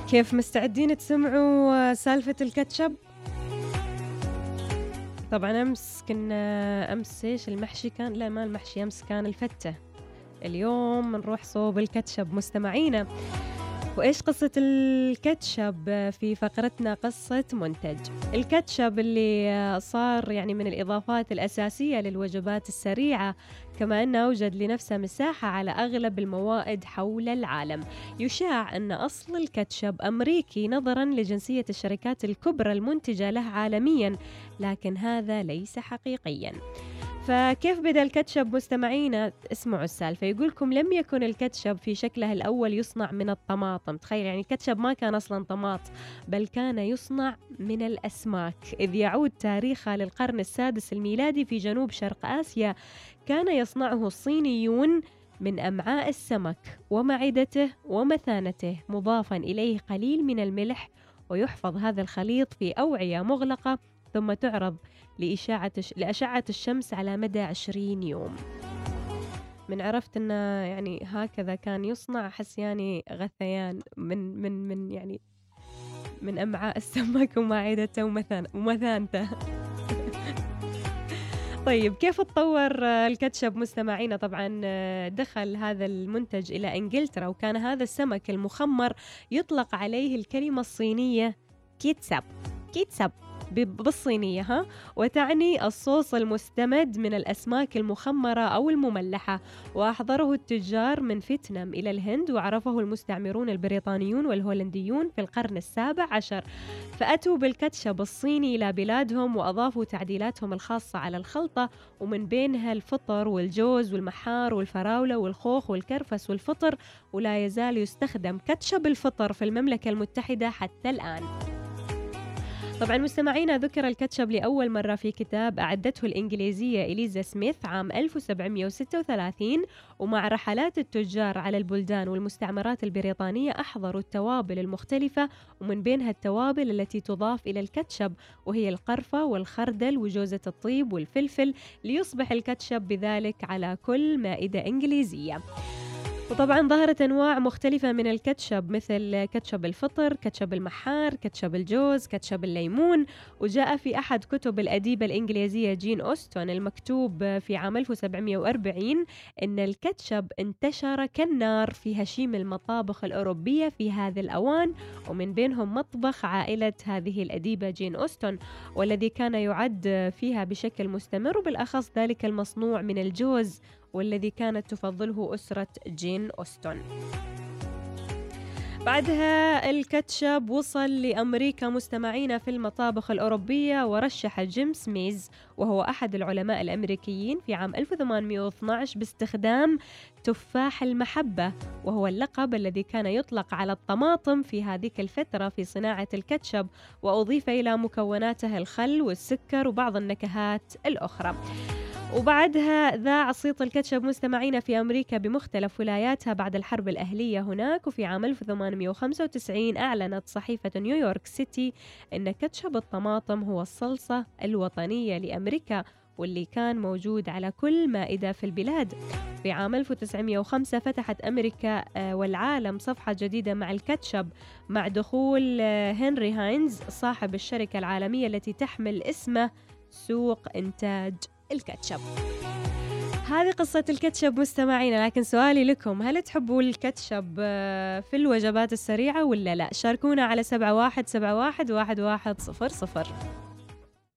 كيف مستعدين تسمعوا سالفة الكاتشب؟ طبعا أمس إيش المحشي كان؟ لا ما المحشي، أمس كان الفتة. اليوم نروح صوب الكاتشب مستمعينا. وإيش قصة الكاتشب؟ في فقرتنا قصة منتج الكاتشب اللي صار يعني من الإضافات الأساسية للوجبات السريعة، كما أنه أوجد لنفسه مساحة على أغلب الموائد حول العالم. يشاع أن أصل الكاتشب أمريكي نظراً لجنسية الشركات الكبرى المنتجة له عالمياً، لكن هذا ليس حقيقياً. فكيف بدأ الكاتشب مستمعينا؟ اسمعوا السالفة. يقولكم لم يكن الكاتشب في شكله الأول يصنع من الطماطم. تخيل يعني الكاتشب ما كان أصلا طماط، بل كان يصنع من الأسماك، إذ يعود تاريخه للقرن السادس الميلادي في جنوب شرق آسيا. كان يصنعه الصينيون من أمعاء السمك ومعدته ومثانته، مضافا إليه قليل من الملح، ويحفظ هذا الخليط في أوعية مغلقة ثم تعرض لأشعة الشمس على مدى 20 يوم. من عرفت أنه يعني هكذا كان يصنع، أحس يعني غثيان من يعني من أمعاء السمك ومعدته ومثانته. طيب كيف تطور الكاتشب مستمعينا؟ طبعا دخل هذا المنتج إلى إنجلترا، وكان هذا السمك المخمر يطلق عليه الكلمة الصينية كيتساب. كيتساب بالصينية ها، وتعني الصوص المستمد من الأسماك المخمرة أو المملحة. وأحضره التجار من فيتنام إلى الهند، وعرفه المستعمرون البريطانيون والهولنديون في القرن السابع عشر، فأتوا بالكاتشب الصيني إلى بلادهم وأضافوا تعديلاتهم الخاصة على الخلطة، ومن بينها الفطر والجوز والمحار والفراولة والخوخ والكرفس والفطر. ولا يزال يستخدم كاتشب الفطر في المملكة المتحدة حتى الآن. طبعا مستمعينا، ذكر الكاتشب لأول مرة في كتاب أعدته الإنجليزية إليزا سميث عام 1736، ومع رحلات التجار على البلدان والمستعمرات البريطانية أحضروا التوابل المختلفة، ومن بينها التوابل التي تضاف إلى الكاتشب، وهي القرفة والخردل وجوزة الطيب والفلفل، ليصبح الكاتشب بذلك على كل مائدة إنجليزية. وطبعا ظهرت أنواع مختلفة من الكاتشب، مثل كاتشب الفطر، كاتشب المحار، كاتشب الجوز، كاتشب الليمون. وجاء في أحد كتب الأديبة الإنجليزية جين أوستون المكتوب في عام 1740 إن الكاتشب انتشر كالنار في هشيم المطابخ الأوروبية في هذا الأوان، ومن بينهم مطبخ عائلة هذه الأديبة جين أوستون، والذي كان يعد فيها بشكل مستمر، وبالأخص ذلك المصنوع من الجوز، والذي كانت تفضله أسرة جين أوستون. بعدها الكاتشب وصل لأمريكا مستمعينا في المطابخ الأوروبية، ورشح جيمس ميز وهو أحد العلماء الأمريكيين في عام 1812 باستخدام تفاح المحبة، وهو اللقب الذي كان يطلق على الطماطم في هذه الفترة في صناعة الكاتشب، وأضيف إلى مكوناته الخل والسكر وبعض النكهات الأخرى. وبعدها ذاع صيت الكاتشب مستمعين في أمريكا بمختلف ولاياتها بعد الحرب الأهلية هناك. وفي عام 1895 أعلنت صحيفة نيويورك سيتي أن كاتشب الطماطم هو الصلصة الوطنية لأمريكا، واللي كان موجود على كل مائدة في البلاد. في عام 1905 فتحت أمريكا والعالم صفحة جديدة مع الكاتشب، مع دخول هنري هاينز صاحب الشركة العالمية التي تحمل اسمه سوق إنتاج الكاتشب. هذه قصة الكاتشب مستمعينا. لكن سؤالي لكم، هل تحبوا الكاتشب في الوجبات السريعة ولا لا؟ شاركونا على 7171 1100.